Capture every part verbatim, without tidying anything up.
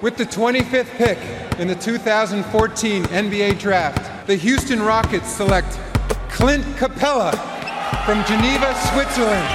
With the twenty-fifth pick in the two thousand fourteen N B A Draft, the Houston Rockets select Clint Capella from Geneva, Switzerland.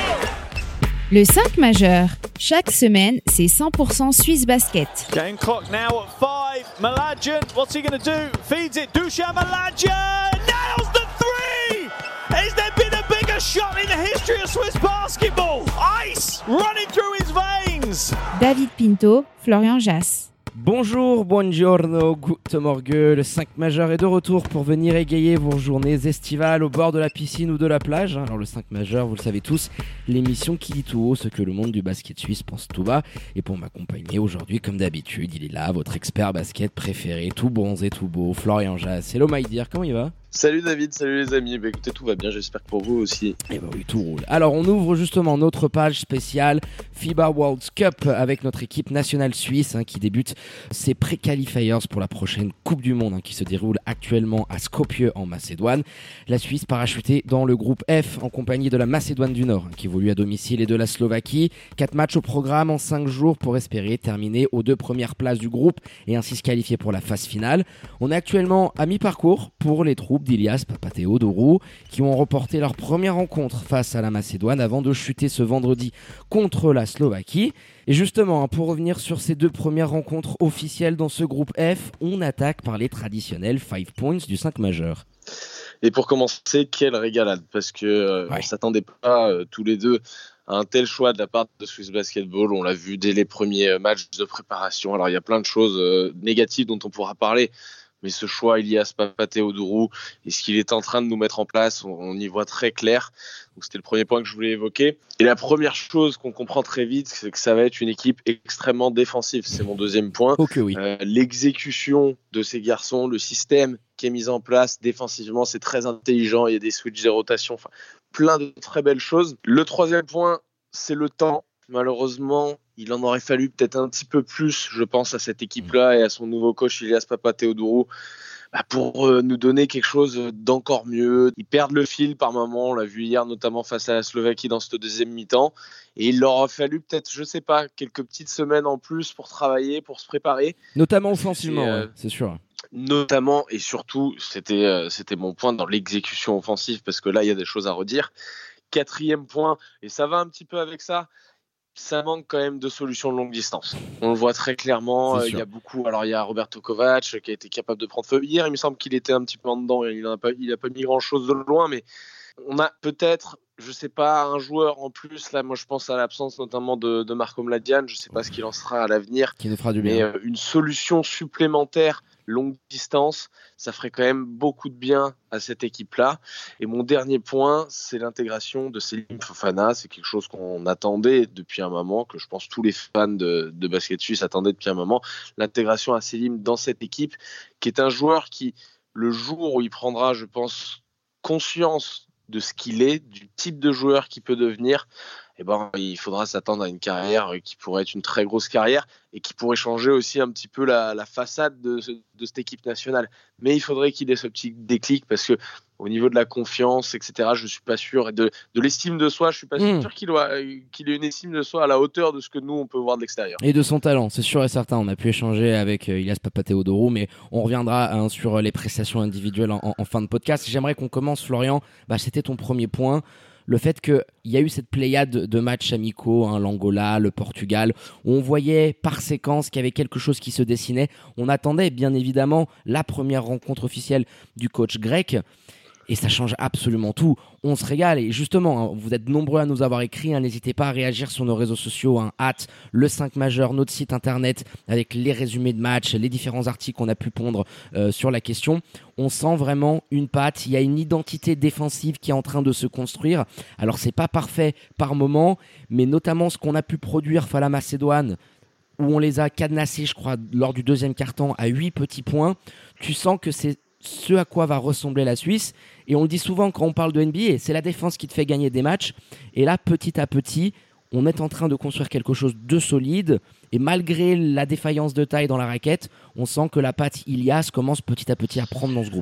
Le cinq majeur. Chaque semaine, c'est cent pour cent Suisse Basket. Game clock now at five. Malajan, what's he going to do? Feeds it. Dusan Malajan nails the three. Has there been a bigger shot in the history of Swiss basketball? Ice running through his veins. David Pinto, Florian Jass. Bonjour, buongiorno, guten morgue, le cinq majeur est de retour pour venir égayer vos journées estivales au bord de la piscine ou de la plage. Alors le cinq majeur, vous le savez tous, l'émission qui dit tout haut ce que le monde du basket suisse pense tout bas. Et pour m'accompagner aujourd'hui, comme d'habitude, il est là, votre expert basket préféré, tout bronzé, tout beau, Florian Jass. Hello my dear, comment il va ? Salut David, salut les amis, bah écoutez, tout va bien, j'espère que pour vous aussi. Et bah oui, tout roule. Alors on ouvre justement notre page spéciale FIBA World Cup avec notre équipe nationale suisse hein, qui débute ses pré-qualifiers pour la prochaine Coupe du Monde hein, qui se déroule actuellement à Skopje en Macédoine. La Suisse parachutée dans le groupe F en compagnie de la Macédoine du Nord hein, qui évolue à domicile et de la Slovaquie. Quatre matchs au programme en cinq jours pour espérer terminer aux deux premières places du groupe et ainsi se qualifier pour la phase finale. On est actuellement à mi-parcours pour les troupes d'Ilias Papatheodourou qui ont remporté leur première rencontre face à la Macédoine avant de chuter ce vendredi contre la Slovaquie. Et justement, pour revenir sur ces deux premières rencontres officielles dans ce groupe F, on attaque par les traditionnels five points du cinq majeur. Et pour commencer, quelle régalade, parce que euh, ouais. on s'attendait pas euh, tous les deux à un tel choix de la part de Swiss Basketball. On l'a vu dès les premiers matchs de préparation. Alors il y a plein de choses euh, négatives dont on pourra parler. Mais ce choix, Ilias Papatheodourou, et ce qu'il est en train de nous mettre en place, on, on y voit très clair. Donc c'était le premier point que je voulais évoquer. Et la première chose qu'on comprend très vite, c'est que ça va être une équipe extrêmement défensive. C'est mon deuxième point. Ok, oui. Euh, l'exécution de ces garçons, le système qui est mis en place défensivement, c'est très intelligent. Il y a des switches de rotation, enfin, plein de très belles choses. Le troisième point, c'est le temps. Malheureusement, il en aurait fallu peut-être un petit peu plus, je pense, à cette équipe-là et à son nouveau coach Ilias Papatheodourou bah, pour euh, nous donner quelque chose d'encore mieux. Ils perdent le fil par moments, on l'a vu hier notamment face à la Slovaquie dans cette deuxième mi-temps. Et il leur a fallu peut-être, je sais pas, quelques petites semaines en plus pour travailler, pour se préparer. Notamment offensivement, euh, ouais, c'est sûr. Notamment et surtout, c'était, euh, c'était mon point dans l'exécution offensive parce que là, il y a des choses à redire. Quatrième point, et ça va un petit peu avec ça, ça manque quand même de solutions de longue distance. On le voit très clairement. Il euh, y a beaucoup. Alors il y a Roberto Kovac qui a été capable de prendre feu. Hier, il me semble qu'il était un petit peu en dedans. Il n'a pas, il a pas mis grand chose de loin, mais on a peut-être, je sais pas, un joueur en plus. Là, moi, je pense à l'absence notamment de, de Marko Mladian. Je sais pas ce qu'il en sera à l'avenir. Qui nous fera du bien. Mais euh, une solution supplémentaire longue distance, ça ferait quand même beaucoup de bien à cette équipe-là. Et mon dernier point, c'est l'intégration de Selim Fofana. C'est quelque chose qu'on attendait depuis un moment, que je pense tous les fans de, de basket suisse attendaient depuis un moment. L'intégration à Selim dans cette équipe, qui est un joueur qui, le jour où il prendra, je pense, conscience de ce qu'il est, du type de joueur qu'il peut devenir, eh ben, il faudra s'attendre à une carrière qui pourrait être une très grosse carrière et qui pourrait changer aussi un petit peu la, la façade de, de cette équipe nationale. Mais il faudrait qu'il ait ce petit déclic parce que au niveau de la confiance, et cetera, je ne suis pas sûr. Et de, de l'estime de soi, je ne suis pas mmh. sûr qu'il, doit, qu'il ait une estime de soi à la hauteur de ce que nous, on peut voir de l'extérieur. Et de son talent, c'est sûr et certain. On a pu échanger avec euh, Ilias Papatheodourou, mais on reviendra hein, sur les prestations individuelles en, en, en fin de podcast. J'aimerais qu'on commence, Florian. Bah, c'était ton premier point. Le fait qu'il y a eu cette pléiade de matchs amicaux, hein, l'Angola, le Portugal, où on voyait par séquence qu'il y avait quelque chose qui se dessinait. On attendait bien évidemment la première rencontre officielle du coach grec. Et ça change absolument tout. On se régale. Et justement, hein, vous êtes nombreux à nous avoir écrit. Hein, n'hésitez pas à réagir sur nos réseaux sociaux. Hein, at le cinq majeur, notre site internet, avec les résumés de matchs, les différents articles qu'on a pu pondre euh, sur la question. On sent vraiment une patte. Il y a une identité défensive qui est en train de se construire. Alors, c'est pas parfait par moment, mais notamment ce qu'on a pu produire face à la Macédoine, où on les a cadenassés, je crois, lors du deuxième quart-temps à huit petits points. Tu sens que c'est ce à quoi va ressembler la Suisse. Et on le dit souvent quand on parle de N B A, c'est la défense qui te fait gagner des matchs. Et là, petit à petit, on est en train de construire quelque chose de solide. Et malgré la défaillance de taille dans la raquette, on sent que la patte Ilias commence petit à petit à prendre dans ce groupe. Hein.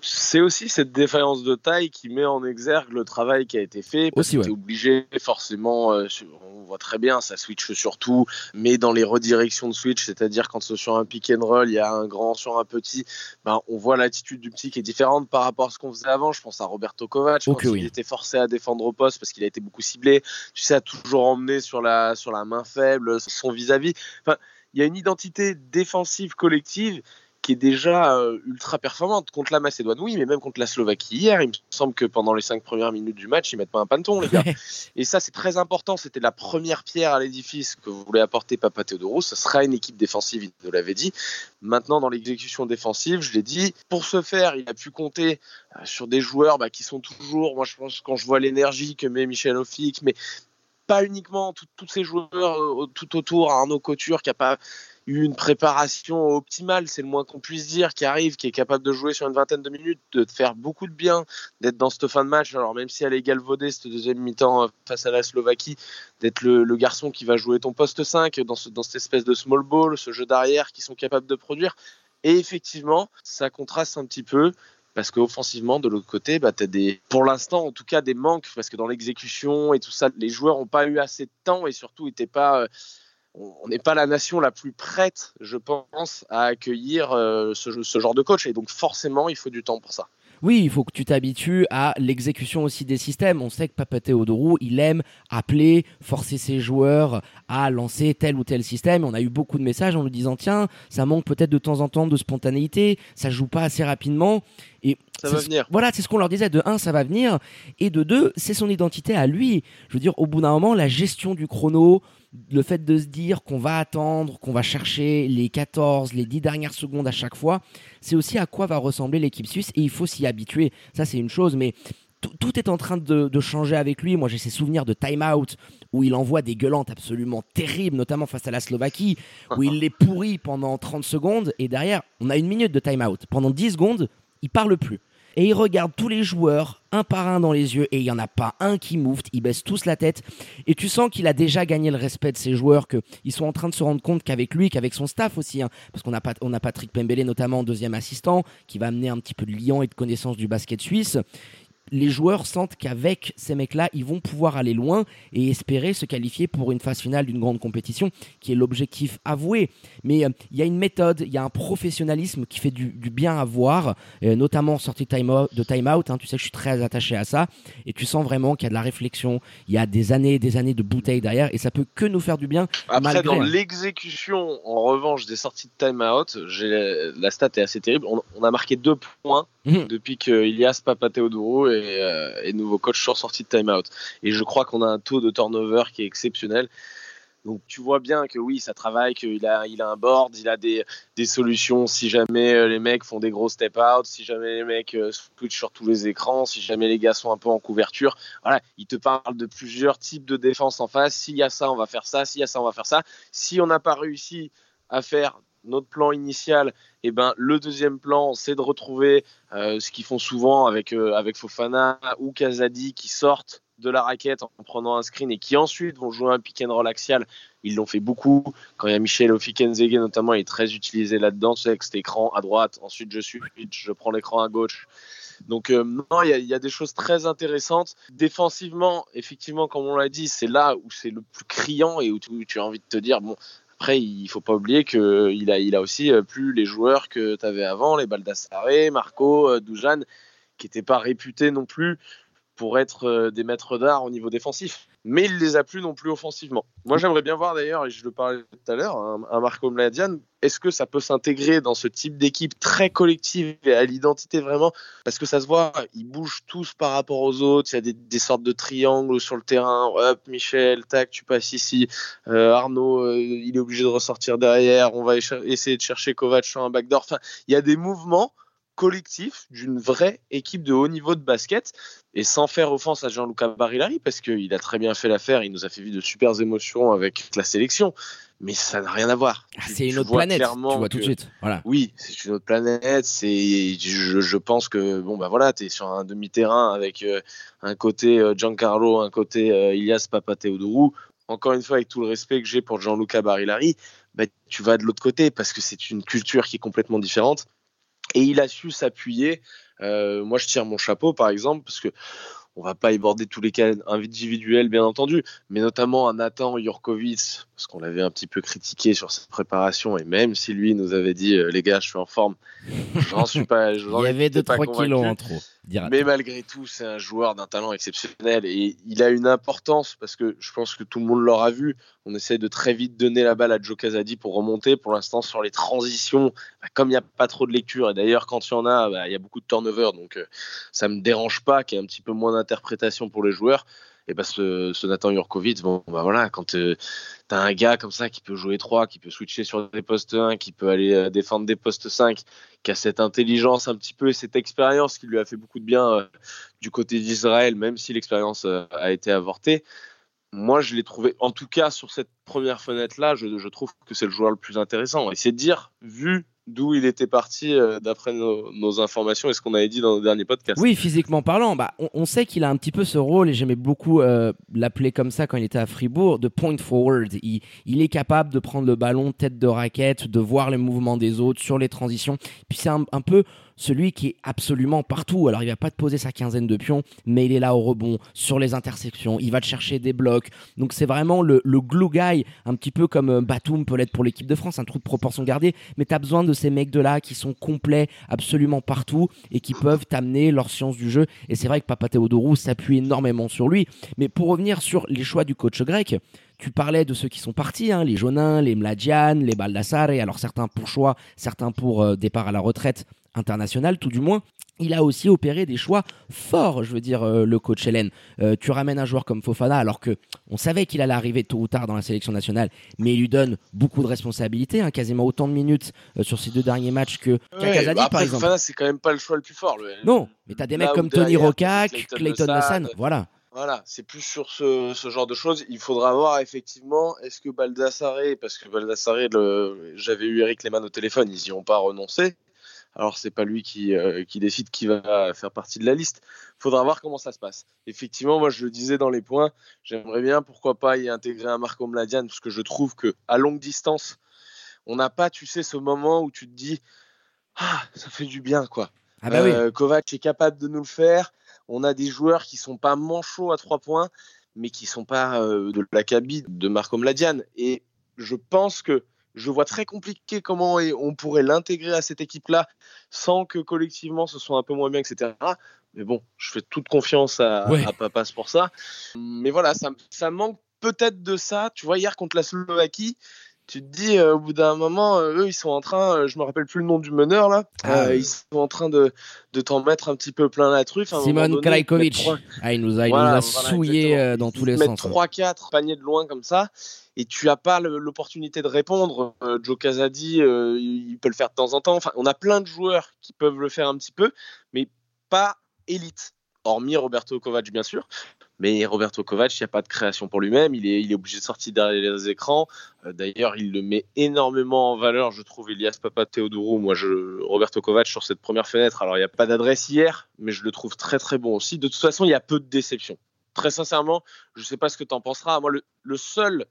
C'est aussi cette différence de taille qui met en exergue le travail qui a été fait. Parce aussi, que ouais. t'es obligé, forcément, euh, on voit très bien, ça switch surtout, mais dans les redirections de switch, c'est-à-dire quand sur un pick and roll, il y a un grand sur un petit, ben, on voit l'attitude du petit qui est différente par rapport à ce qu'on faisait avant. Je pense à Roberto Kovac, Ok, quand oui. il était forcé à défendre au poste parce qu'il a été beaucoup ciblé. Tu sais, à toujours emmener sur la, sur la main faible, son vis-à-vis. Enfin, il y a une identité défensive collective qui est déjà euh, ultra performante. Contre la Macédoine, oui, mais même contre la Slovaquie hier, il me semble que pendant les cinq premières minutes du match, ils mettent pas un panton, les gars. Et ça, c'est très important. C'était la première pierre à l'édifice que voulait apporter Papatheodorou. Ce sera une équipe défensive, il nous l'avait dit. Maintenant, dans l'exécution défensive, je l'ai dit, pour ce faire, il a pu compter euh, sur des joueurs bah, qui sont toujours, moi je pense, quand je vois l'énergie que met Michel Offic, mais pas uniquement tous ces joueurs euh, tout autour, Arnaud Couture qui n'a pas eu une préparation optimale, c'est le moins qu'on puisse dire, qui arrive, qui est capable de jouer sur une vingtaine de minutes, de te faire beaucoup de bien, d'être dans cette fin de match, alors même si elle est galvaudée cette deuxième mi-temps face à la Slovaquie, d'être le, le garçon qui va jouer ton poste cinq dans, ce, dans cette espèce de small ball, ce jeu d'arrière qu'ils sont capables de produire. Et effectivement, ça contraste un petit peu, parce qu'offensivement, de l'autre côté, bah, tu as des, pour l'instant, en tout cas, des manques, parce que dans l'exécution et tout ça, les joueurs n'ont pas eu assez de temps et surtout n'étaient pas... Euh, on n'est pas la nation la plus prête, je pense, à accueillir euh, ce, ce genre de coach. Et donc, forcément, il faut du temps pour ça. Oui, il faut que tu t'habitues à l'exécution aussi des systèmes. On sait que Papatheodorou, il aime appeler, forcer ses joueurs à lancer tel ou tel système. On a eu beaucoup de messages en nous disant « Tiens, ça manque peut-être de temps en temps de spontanéité, ça joue pas assez rapidement. » Et ça va venir. Voilà, c'est ce qu'on leur disait. De un, ça va venir. Et de deux, c'est son identité à lui. Je veux dire, au bout d'un moment, la gestion du chrono, le fait de se dire qu'on va attendre, qu'on va chercher les quatorze, les dix dernières secondes à chaque fois, c'est aussi à quoi va ressembler l'équipe suisse et il faut s'y habituer. Ça, c'est une chose, mais tout, tout est en train de, de changer avec lui. Moi, j'ai ces souvenirs de time-out où il envoie des gueulantes absolument terribles, notamment face à la Slovaquie, où il les pourrit pendant trente secondes et derrière, on a une minute de time-out. Pendant dix secondes, il parle plus. Et il regarde tous les joueurs, un par un dans les yeux, et il n'y en a pas un qui moufte, ils baissent tous la tête. Et tu sens qu'il a déjà gagné le respect de ses joueurs, qu'ils sont en train de se rendre compte qu'avec lui, qu'avec son staff aussi, hein, parce qu'on a, on a Patrick Pembele notamment en deuxième assistant, qui va amener un petit peu de liant et de connaissance du basket suisse. Les joueurs sentent qu'avec ces mecs-là, ils vont pouvoir aller loin et espérer se qualifier pour une phase finale d'une grande compétition, qui est l'objectif avoué. Mais il euh, y a une méthode, il y a un professionnalisme qui fait du, du bien à voir, euh, notamment en sortie de time-out. De time-out hein, tu sais que je suis très attaché à ça. Et tu sens vraiment qu'il y a de la réflexion, il y a des années et des années de bouteilles derrière, et ça peut que nous faire du bien. Après, malgré, dans hein. l'exécution, en revanche, des sorties de time-out, j'ai, la stat est assez terrible. On, on a marqué deux points mmh. depuis que Ilias Papatheodorou et, euh, et nouveau coach sont sortis de time-out. Et je crois qu'on a un taux de turnover qui est exceptionnel. Donc tu vois bien que oui, ça travaille, qu'il a, il a un board, il a des, des solutions si jamais les mecs font des gros step-out, si jamais les mecs euh, switchent sur tous les écrans, si jamais les gars sont un peu en couverture. Voilà, il te parle de plusieurs types de défense en face. S'il y a ça, on va faire ça. S'il y a ça, on va faire ça. Si on n'a pas réussi à faire notre plan initial, eh ben, le deuxième plan, c'est de retrouver euh, ce qu'ils font souvent avec, euh, avec Fofana ou Kazadi qui sortent de la raquette en prenant un screen et qui ensuite vont jouer un pick and roll axial. Ils l'ont fait beaucoup. Quand il y a Michel Offic-Nzege notamment, il est très utilisé là-dedans. Tu sais, avec cet écran à droite, ensuite je suis, je prends l'écran à gauche. Donc euh, non, il y, y a des choses très intéressantes. Défensivement, effectivement, comme on l'a dit, c'est là où c'est le plus criant et où tu, où tu as envie de te dire, bon, après, il ne faut pas oublier qu'il a, il a aussi plus les joueurs que tu avais avant, les Baldassare, Marco, Dujan, qui n'étaient pas réputés non plus pour être des maîtres d'art au niveau défensif. Mais il les a plus non plus offensivement. Moi, j'aimerais bien voir d'ailleurs, et je le parlais tout à l'heure, un, un Marco Mladian, est-ce que ça peut s'intégrer dans ce type d'équipe très collective et à l'identité vraiment ? Parce que ça se voit, ils bougent tous par rapport aux autres, il y a des, des sortes de triangles sur le terrain, hop, Michel, tac, tu passes ici, euh, Arnaud, euh, il est obligé de ressortir derrière, on va essayer de chercher Kovac sur un backdoor, enfin, il y a des mouvements collectif d'une vraie équipe de haut niveau de basket et sans faire offense à Gianluca Barilari parce qu'il a très bien fait l'affaire, il nous a fait vivre de super émotions avec la sélection, mais ça n'a rien à voir. Ah, c'est une autre planète, tu vois tout de suite. Voilà. Oui, c'est une autre planète, c'est, je, je pense que bon bah voilà, t'es sur un demi-terrain avec euh, un côté euh, Giancarlo, un côté euh, Ilias Papatheodorou. Encore une fois, avec tout le respect que j'ai pour Gianluca Barilari, bah, tu vas de l'autre côté parce que c'est une culture qui est complètement différente. Et il a su s'appuyer Euh, moi, je tire mon chapeau, par exemple, parce que on va pas éborder tous les cas individuels, bien entendu, mais notamment à Nathan Jurkovic, parce qu'on l'avait un petit peu critiqué sur sa préparation, et même si lui nous avait dit euh, les gars, je suis en forme, j'en suis pas. J'en Il y avait deux trois kilos en trop. Dira-t-on. Mais malgré tout, c'est un joueur d'un talent exceptionnel et il a une importance parce que je pense que tout le monde l'aura vu. On essaie de très vite donner la balle à Joe Casady pour remonter. Pour l'instant, sur les transitions, bah, comme il n'y a pas trop de lecture, et d'ailleurs, quand il y en a, bah, il y a beaucoup de turnover, donc euh, ça ne me dérange pas qu'il y ait un petit peu moins d'interprétation pour les joueurs. Et bah, ce, ce Nathan Jurkovic, bon, bah voilà, quand euh, tu as un gars comme ça qui peut jouer trois, qui peut switcher sur des postes un, qui peut aller euh, défendre des postes cinq, qui a cette intelligence un petit peu et cette expérience qui lui a fait beaucoup de bien euh, du côté d'Israël, même si l'expérience euh, a été avortée. Moi, je l'ai trouvé, en tout cas sur cette première fenêtre-là, je, je trouve que c'est le joueur le plus intéressant. Et c'est dire, vu d'où il était parti euh, d'après nos, nos informations et ce qu'on avait dit dans le dernier podcast. Oui, physiquement parlant, bah, on, on sait qu'il a un petit peu ce rôle, et j'aimais beaucoup euh, l'appeler comme ça quand il était à Fribourg, de point forward. Il, il est capable de prendre le ballon tête de raquette, de voir les mouvements des autres sur les transitions. Puis c'est un, un peu celui qui est absolument partout. Alors il va pas te poser sa quinzaine de pions, mais il est là au rebond, sur les intersections, il va te chercher des blocs. Donc c'est vraiment le, le glue guy, un petit peu comme Batum peut l'être pour l'équipe de France, un trou de proportion gardée, mais tu as besoin de ces mecs de là qui sont complets absolument partout et qui peuvent t'amener leur science du jeu. Et c'est vrai que Papatheodorou s'appuie énormément sur lui. Mais pour revenir sur les choix du coach grec, tu parlais de ceux qui sont partis, hein, les Jonin, les Mladian, les Baldassare, alors certains pour choix, certains pour euh, départ à la retraite internationale, tout du moins. Il a aussi opéré des choix forts, je veux dire, euh, le coach Hélène. Euh, tu ramènes un joueur comme Fofana, alors que on savait qu'il allait arriver tôt ou tard dans la sélection nationale, mais il lui donne beaucoup de responsabilités, hein, quasiment autant de minutes euh, sur ces deux derniers matchs que ouais, Casady, bah par exemple. Fofana, c'est quand même pas le choix le plus fort. Le... Non, mais t'as des mecs Là comme derrière, Tony Rocac, Clayton Clayton Lassan, voilà. Voilà, c'est plus sur ce, ce genre de choses. Il faudra voir effectivement, est-ce que Baldassare, parce que Baldassare, le, j'avais eu Eric Lehmann au téléphone, ils n'y ont pas renoncé. Alors c'est pas lui qui, euh, qui décide qui va faire partie de la liste. Il faudra voir comment ça se passe. Effectivement, moi je le disais dans les points, j'aimerais bien pourquoi pas y intégrer un Marco Mladian, parce que je trouve que à longue distance, on n'a pas, tu sais, ce moment où tu te dis ah ça fait du bien quoi. Ah bah euh, oui. Kovac est capable de nous le faire. On a des joueurs qui sont pas manchots à trois points, mais qui sont pas euh, de l'acabit de Marco Mladian. Et je pense que je vois très compliqué comment on pourrait l'intégrer à cette équipe-là sans que collectivement ce soit un peu moins bien, et cetera. Mais bon, je fais toute confiance à, Ouais. à Papas pour ça. Mais voilà, ça, ça manque peut-être de ça. Tu vois, hier contre la Slovaquie, tu te dis, euh, au bout d'un moment, euh, eux, ils sont en train, euh, je me rappelle plus le nom du meneur, là, Ah, euh, ouais. ils sont en train de, de t'en mettre un petit peu plein la truffe. À un Simon moment donné, Krajkovic. trois- Ah, il nous a, il Voilà, nous a voilà, souillé exactement. euh, dans Ils tous les mettent sens. ouais. trois quatre paniers de loin comme ça, et tu n'as pas le- l'opportunité de répondre. Euh, Joe Casady, euh, il peut le faire de temps en temps. Enfin, on a plein de joueurs qui peuvent le faire un petit peu, mais pas élite. Hormis Roberto Kovac, bien sûr. Mais Roberto Kovac, il n'y a pas de création pour lui-même. Il est, il est obligé de sortir derrière les écrans. Euh, d'ailleurs, il le met énormément en valeur, je trouve, Elias Papatheodorou. Moi, je, Roberto Kovac, sur cette première fenêtre. Alors, il n'y a pas d'adresse hier, mais je le trouve très, très bon aussi. De toute façon, il y a peu de déception. Très sincèrement, je ne sais pas ce que tu en penseras. Moi, le, le seul,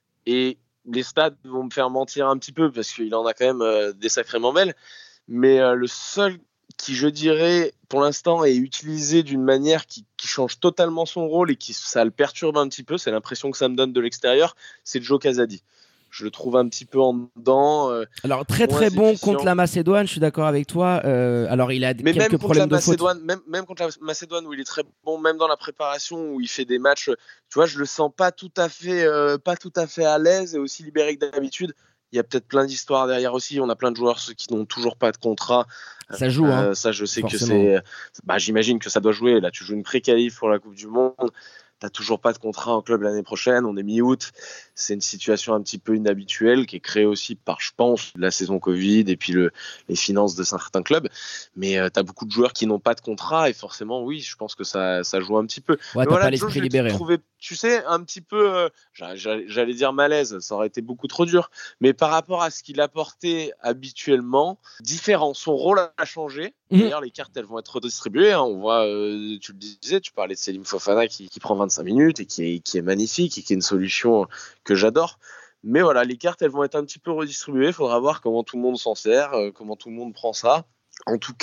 et les stats vont me faire mentir un petit peu, parce qu'il en a quand même euh, des sacrément belles, mais euh, le seul qui, je dirais, pour l'instant, est utilisé d'une manière qui, qui change totalement son rôle et qui ça le perturbe un petit peu, c'est l'impression que ça me donne de l'extérieur, c'est Joe Casady. Je le trouve un petit peu en dedans. Euh, Alors très moins très bon efficient. contre la Macédoine, je suis d'accord avec toi. Euh, alors il a Mais quelques même contre, la problèmes de faute. Macédoine, même, même contre la Macédoine, où il est très bon, même dans la préparation, où il fait des matchs, tu vois, je le sens pas tout à fait, euh, pas tout à fait à l'aise et aussi libéré que d'habitude. Il y a peut-être plein d'histoires derrière aussi. On a plein de joueurs ceux qui n'ont toujours pas de contrat. Ça joue, hein. Euh, ça, je sais Forcément. que c'est. Bah, j'imagine que ça doit jouer. Là, tu joues une pré-qualif pour la Coupe du Monde. T'as toujours pas de contrat en club l'année prochaine. On est mi-août. C'est une situation un petit peu inhabituelle qui est créée aussi par, je pense, la saison Covid et puis le, les finances de certains clubs. Mais euh, t'as beaucoup de joueurs qui n'ont pas de contrat et forcément, oui, je pense que ça, ça joue un petit peu. Ouais, Mais t'as voilà, pas Joe, l'esprit je l'ai libéré. trouvé, tu sais, un petit peu, euh, j'allais, j'allais dire malaise, ça aurait été beaucoup trop dur. Mais par rapport à ce qu'il apportait habituellement, différent. Son rôle a changé. Mhm. D'ailleurs, les cartes, elles vont être redistribuées. Hein. On voit, euh, tu le disais, tu parlais de Selim Fofana qui, qui prend vingt-cinq minutes et qui est, qui est magnifique et qui est une solution que j'adore. Mais voilà, les cartes, elles vont être un petit peu redistribuées. Il faudra voir comment tout le monde s'en sert, euh, comment tout le monde prend ça. En tout cas,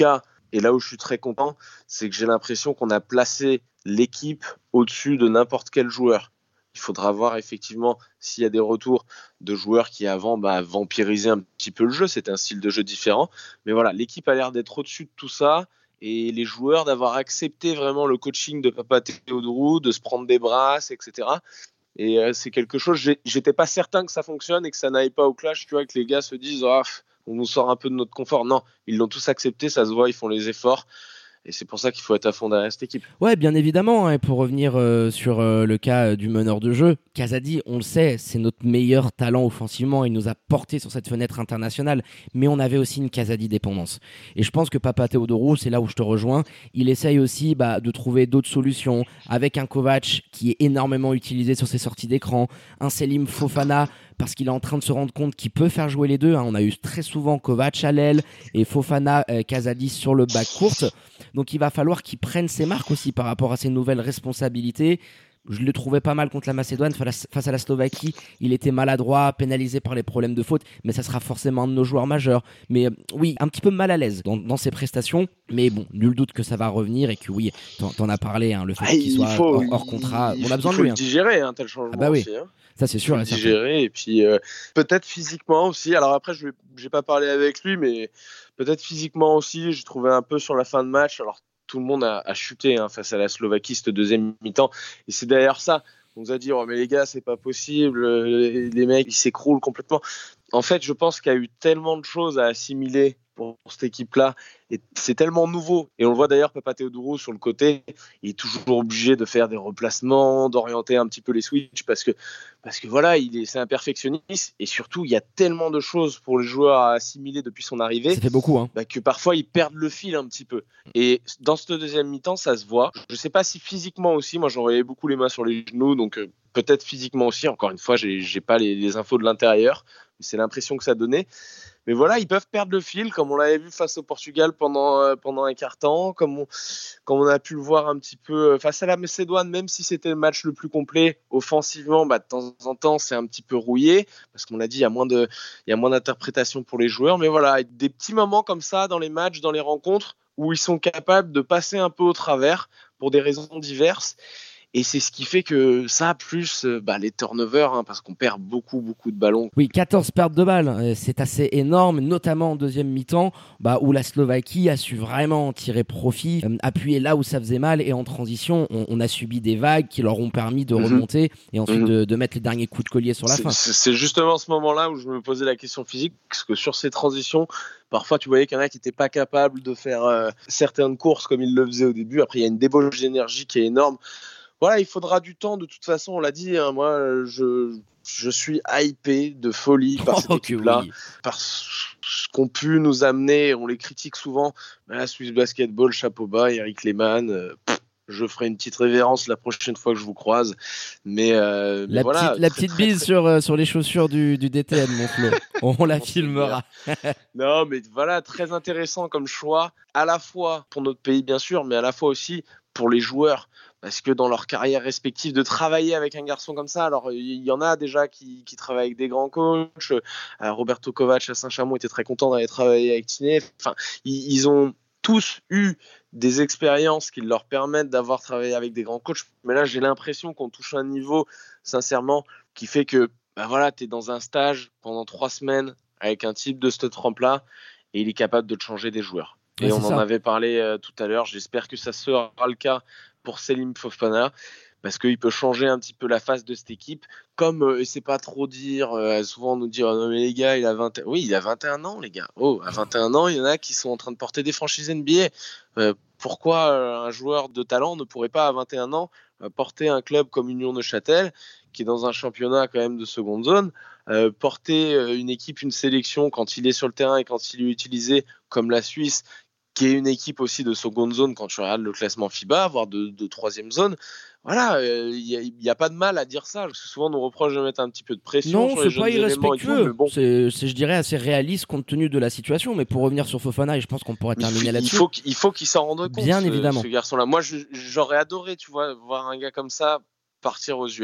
Et là où je suis très content, c'est que j'ai l'impression qu'on a placé l'équipe au-dessus de n'importe quel joueur. Il faudra voir effectivement s'il y a des retours de joueurs qui avant bah, vampirisaient un petit peu le jeu. C'était un style de jeu différent. Mais voilà, l'équipe a l'air d'être au-dessus de tout ça. Et les joueurs d'avoir accepté vraiment le coaching de Papa Théodorou, de se prendre des brasses, et cetera. Et euh, c'est quelque chose, j'ai, j'étais pas certain que ça fonctionne et que ça n'aille pas au clash, tu vois, que les gars se disent oh, on nous sort un peu de notre confort. Non, ils l'ont tous accepté, ça se voit, ils font les efforts. Et c'est pour ça qu'il faut être à fond derrière cette équipe. Ouais, bien évidemment. Hein, et pour revenir euh, sur euh, le cas euh, du meneur de jeu, Casadi, on le sait, c'est notre meilleur talent offensivement. Il nous a porté sur cette fenêtre internationale. Mais on avait aussi une Casadi dépendance. Et je pense que Papa Théodorou, c'est là où je te rejoins. Il essaye aussi bah, de trouver d'autres solutions avec un Kovac qui est énormément utilisé sur ses sorties d'écran, un Selim Fofana, parce qu'il est en train de se rendre compte qu'il peut faire jouer les deux. Hein. On a eu très souvent Kovac à l'aile et Fofana, euh, Casadi sur le bas courte. Donc il va falloir qu'il prenne ses marques aussi par rapport à ses nouvelles responsabilités. Je le trouvais pas mal contre la Macédoine face à la Slovaquie. Il était maladroit, pénalisé par les problèmes de faute, mais ça sera forcément un de nos joueurs majeurs. Mais euh, oui, un petit peu mal à l'aise dans, dans ses prestations. Mais bon, nul doute que ça va revenir et que oui, t'en, t'en as parlé, hein, le fait ah, qu'il soit faut, hors, hors contrat. Il, on a besoin il de lui. Il faut le digérer, hein, tel changement ah bah oui. aussi. Hein. Ça, c'est sûr. Il faut le digérer et puis euh, peut-être physiquement aussi. Alors après, je n'ai pas parlé avec lui, mais peut-être physiquement aussi. J'ai trouvé un peu sur la fin de match. Alors tout le monde a, a chuté hein, face à la Slovaquie cette deuxième mi-temps. Et c'est d'ailleurs ça. On nous a dit, oh, mais les gars, c'est pas possible. Les, les mecs, ils s'écroulent complètement. En fait, je pense qu'il y a eu tellement de choses à assimiler pour, pour cette équipe-là. Et c'est tellement nouveau. Et on le voit d'ailleurs, Papa Théodorou, sur le côté, il est toujours obligé de faire des replacements, d'orienter un petit peu les switches parce que, parce que voilà, il est, c'est un perfectionniste. Et surtout, il y a tellement de choses pour les joueurs à assimiler depuis son arrivée. Ça fait beaucoup, hein. Bah, que parfois, ils perdent le fil un petit peu. Et dans cette deuxième mi-temps, ça se voit. Je ne sais pas si physiquement aussi, moi, j'aurais beaucoup les mains sur les genoux. Donc, euh, peut-être physiquement aussi. Encore une fois, je n'ai pas les, les infos de l'intérieur. Mais c'est l'impression que ça donnait. Mais voilà, ils peuvent perdre le fil, comme on l'avait vu face au Portugal pendant, euh, pendant un quart temps, comme on, comme on a pu le voir un petit peu face à la Macédoine, même si c'était le match le plus complet, offensivement, bah, de temps en temps, c'est un petit peu rouillé, parce qu'on l'a dit, il y a moins de, il y a moins d'interprétation pour les joueurs. Mais voilà, des petits moments comme ça dans les matchs, dans les rencontres, où ils sont capables de passer un peu au travers pour des raisons diverses. Et c'est ce qui fait que ça, plus bah, les turnovers, hein, parce qu'on perd beaucoup, beaucoup de ballons. Oui, quatorze pertes de balles, c'est assez énorme, notamment en deuxième mi-temps, bah, où la Slovaquie a su vraiment tirer profit, euh, appuyer là où ça faisait mal, et en transition, on, on a subi des vagues qui leur ont permis de remonter, mm-hmm. et ensuite mm-hmm. de, de mettre les derniers coups de collier sur la c'est, fin. C'est justement ce moment-là où je me posais la question physique, parce que sur ces transitions, parfois, tu voyais qu'il y en a qui n'étaient pas capables de faire euh, certaines courses comme ils le faisaient au début. Après, il y a une débauche d'énergie qui est énorme. Voilà, il faudra du temps. De toute façon, on l'a dit, hein, moi, je, je suis hypé de folie par cette oh, équipe-là, oui. par ce qu'ont pu nous amener. On les critique souvent. La Swiss Basketball, chapeau bas, Eric Lehmann. Euh, je ferai une petite révérence la prochaine fois que je vous croise. Mais, euh, mais la, voilà, petite, la très, petite très, bise très... sur, euh, sur les chaussures du, du D T N, mon Flo. On, on la on filmera. Non, mais voilà, très intéressant comme choix, à la fois pour notre pays, bien sûr, mais à la fois aussi pour les joueurs. Parce que dans leur carrière respective, de travailler avec un garçon comme ça, alors il y en a déjà qui, qui travaillent avec des grands coachs. Euh, Roberto Kovac à Saint-Chamond était très content d'aller travailler avec Tiné. Enfin, ils, ils ont tous eu des expériences qui leur permettent d'avoir travaillé avec des grands coachs. Mais là, j'ai l'impression qu'on touche un niveau, sincèrement, qui fait que bah voilà, tu es dans un stage pendant trois semaines avec un type de ce trempe-là et il est capable de te changer des joueurs. Et ouais, on en ça. avait parlé euh, tout à l'heure. J'espère que ça sera le cas pour Selim Fofana, parce qu'il peut changer un petit peu la face de cette équipe. Comme, euh, et c'est pas trop dire, euh, souvent on nous dit, oh, non mais les gars, il a vingt et un... Oui, il a vingt et un ans, les gars. Oh, à vingt et un ans, il y en a qui sont en train de porter des franchises N B A. Euh, pourquoi euh, un joueur de talent ne pourrait pas, à vingt et un ans, euh, porter un club comme Union Neuchâtel, qui est dans un championnat quand même de seconde zone, euh, porter euh, une équipe, une sélection, quand il est sur le terrain et quand il est utilisé, comme la Suisse, qui est une équipe aussi de seconde zone quand tu regardes le classement FIBA, voire de, de troisième zone. Voilà, il euh, n'y a, a pas de mal à dire ça. Parce que souvent, on nous reproche de mettre un petit peu de pression non, sur les jeunes éléments. Non, c'est pas irrespectueux. Bon. C'est, c'est, je dirais, assez réaliste compte tenu de la situation. Mais pour revenir sur Fofana, et je pense qu'on pourrait terminer il, là-dessus. Il faut, il faut qu'il s'en rende compte, bien ce, évidemment. ce garçon-là. Moi, je, j'aurais adoré, tu vois, voir un gars comme ça partir aux U S.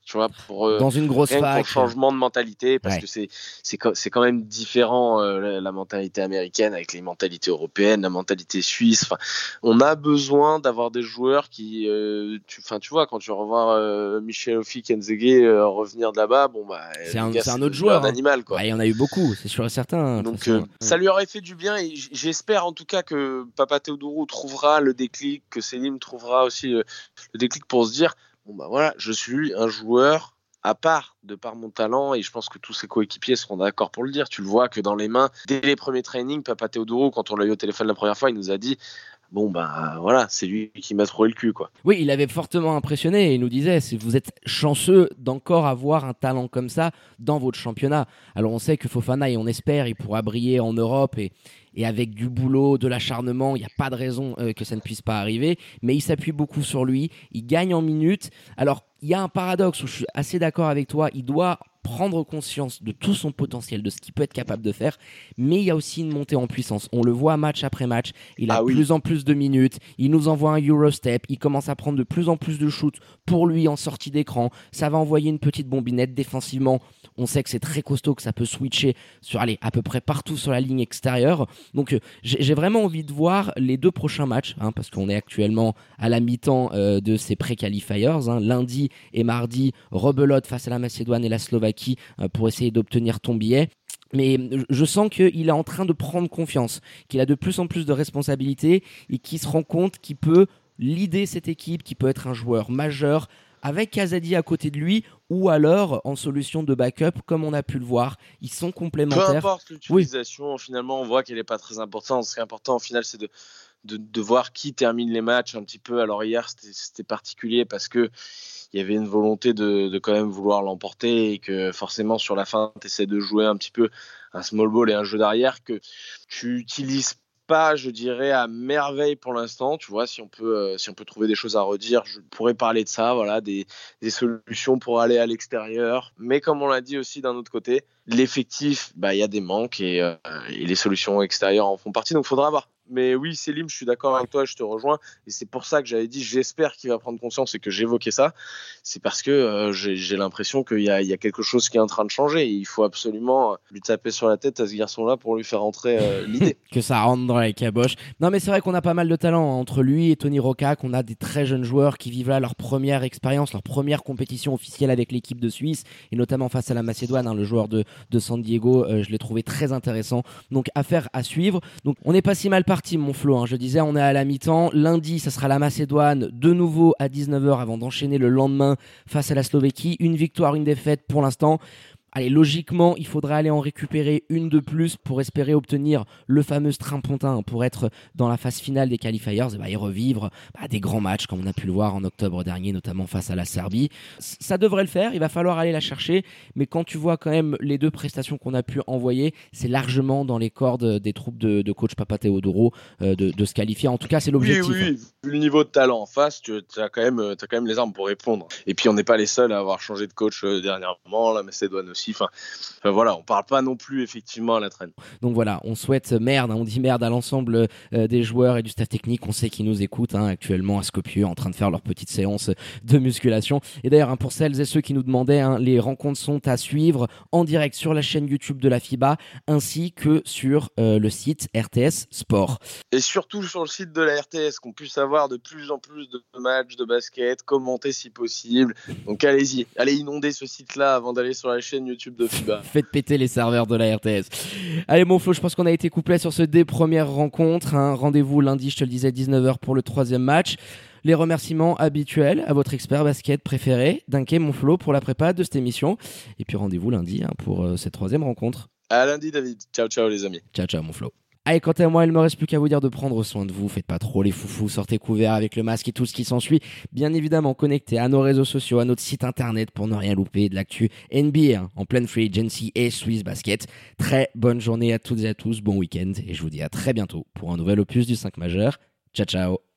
tu vois, pour euh, dans une grosse rien que fac. pour changement de mentalité, parce Ouais. que c'est c'est c'est quand même différent euh, la, la mentalité américaine avec les mentalités européennes, la mentalité suisse. Enfin, on a besoin d'avoir des joueurs qui, euh, tu, enfin, tu vois, quand tu revois euh, Michel Offi-Kenzege euh, revenir de là-bas, bon bah, C'est un, gars, c'est un c'est autre devenu joueur. un Hein. animal, quoi. Ouais, il y en a eu beaucoup, c'est sûr et certain. Donc euh, ça lui aurait fait du bien et j'espère en tout cas que Papa Théodorou trouvera le déclic, que Selim trouvera aussi le, le déclic pour se dire bon bah voilà, je suis un joueur à part de par mon talent et je pense que tous ses coéquipiers seront d'accord pour le dire. Tu le vois que dans les mains, dès les premiers trainings, Papa Théodorou, quand on l'a eu au téléphone la première fois, il nous a dit bon bah voilà, c'est lui qui m'a trouvé le cul, quoi. Oui, il avait fortement impressionné et il nous disait si vous êtes chanceux d'encore avoir un talent comme ça dans votre championnat. Alors on sait que Fofana, et on espère, il pourra briller en Europe et, et avec du boulot, de l'acharnement, il n'y a pas de raison euh, que ça ne puisse pas arriver, mais il s'appuie beaucoup sur lui, il gagne en minutes. Alors il y a un paradoxe où je suis assez d'accord avec toi, il doit prendre conscience de tout son potentiel, de ce qu'il peut être capable de faire, mais il y a aussi une montée en puissance. On le voit match après match, il a Ah de oui. plus en plus de minutes, il nous envoie un Eurostep, il commence à prendre de plus en plus de shoots pour lui en sortie d'écran, ça va envoyer une petite bombinette défensivement. On sait que c'est très costaud, que ça peut switcher sur allez, à peu près partout sur la ligne extérieure. Donc euh, j'ai, j'ai vraiment envie de voir les deux prochains matchs, hein, parce qu'on est actuellement à la mi-temps euh, de ces pré-qualifiers. Hein. Lundi et mardi, rebelote face à la Macédoine et la Slovaquie euh, pour essayer d'obtenir ton billet. Mais je sens qu'il est en train de prendre confiance, qu'il a de plus en plus de responsabilités et qu'il se rend compte qu'il peut leader cette équipe, qu'il peut être un joueur majeur avec Kazadi à côté de lui ou alors en solution de backup comme on a pu le voir. Ils sont complémentaires. Peu importe l'utilisation, oui. Finalement on voit qu'elle n'est pas très importante. Ce qui est important au final c'est de, de, de voir qui termine les matchs un petit peu. Alors hier c'était, c'était particulier parce que il y avait une volonté de, de quand même vouloir l'emporter et que forcément sur la fin tu essaies de jouer un petit peu un small ball et un jeu d'arrière que tu utilises pas, je dirais, à merveille pour l'instant. Tu vois, si on peut, euh, si on peut trouver des choses à redire, je pourrais parler de ça, voilà, des, des solutions pour aller à l'extérieur. Mais comme on l'a dit aussi d'un autre côté, l'effectif, bah, il y a des manques et, euh, et les solutions extérieures en font partie. Donc, il faudra voir. Mais oui, Selim, je suis d'accord avec toi, je te rejoins. Et c'est pour ça que j'avais dit, j'espère qu'il va prendre conscience et que j'évoquais ça. C'est parce que euh, j'ai, j'ai l'impression qu'il y a, il y a quelque chose qui est en train de changer. Et il faut absolument lui taper sur la tête à ce garçon-là pour lui faire entrer euh, l'idée. Que ça rentre dans la caboche. Non, mais c'est vrai qu'on a pas mal de talent hein. Entre lui et Tony Rocca, qu'on a des très jeunes joueurs qui vivent là leur première expérience, leur première compétition officielle avec l'équipe de Suisse, et notamment face à la Macédoine, hein, le joueur de, de San Diego. Euh, je l'ai trouvé très intéressant. Donc, affaire à suivre. Donc, on n'est pas si mal parti. Parti, mon Flo, hein. Je disais on est à la mi-temps, lundi ça sera la Macédoine de nouveau à dix-neuf heures avant d'enchaîner le lendemain face à la Slovéquie, une victoire, une défaite pour l'instant. Allez, logiquement, il faudrait aller en récupérer une de plus pour espérer obtenir le fameux strapontin pour être dans la phase finale des qualifiers et, bah, et revivre bah, des grands matchs comme on a pu le voir en octobre dernier, notamment face à la Serbie. Ça devrait le faire, il va falloir aller la chercher, mais quand tu vois quand même les deux prestations qu'on a pu envoyer, c'est largement dans les cordes des troupes de, de coach Papa Théodorou euh, de, de se qualifier. En tout cas, c'est l'objectif. Oui, oui, oui. Vu le niveau de talent en face, tu as quand même, t'as quand même les armes pour répondre. Et puis, on n'est pas les seuls à avoir changé de coach euh, dernièrement, la Macédoine aussi. Enfin, enfin voilà, on parle pas non plus effectivement à la traîne. Donc voilà, on souhaite merde, hein, on dit merde à l'ensemble euh, des joueurs et du staff technique. On sait qu'ils nous écoutent hein, actuellement à Skopje en train de faire leur petite séance de musculation. Et d'ailleurs, hein, pour celles et ceux qui nous demandaient, hein, les rencontres sont à suivre en direct sur la chaîne YouTube de la FIBA ainsi que sur euh, le site R T S Sport. Et surtout sur le site de la R T S, qu'on puisse avoir de plus en plus de matchs de basket, commenter si possible. Donc allez-y, allez inonder ce site-là avant d'aller sur la chaîne YouTube de FIBA. Faites péter les serveurs de la R T S. Allez mon Flo, je pense qu'on a été complet sur ce des premières rencontres. Hein. Rendez-vous lundi, je te le disais, dix-neuf heures pour le troisième match. Les remerciements habituels à votre expert basket préféré, Dunké mon Flo, pour la prépa de cette émission. Et puis rendez-vous lundi hein, pour euh, cette troisième rencontre. À lundi David. Ciao ciao les amis. Ciao ciao mon Flo. Allez, quant à moi, il ne me reste plus qu'à vous dire de prendre soin de vous. Faites pas trop les foufous, sortez couverts avec le masque et tout ce qui s'ensuit. Bien évidemment, connectez à nos réseaux sociaux, à notre site internet pour ne rien louper de l'actu N B A hein, en pleine free agency et Swiss Basket. Très bonne journée à toutes et à tous, bon week-end et je vous dis à très bientôt pour un nouvel opus du cinq majeur. Ciao ciao.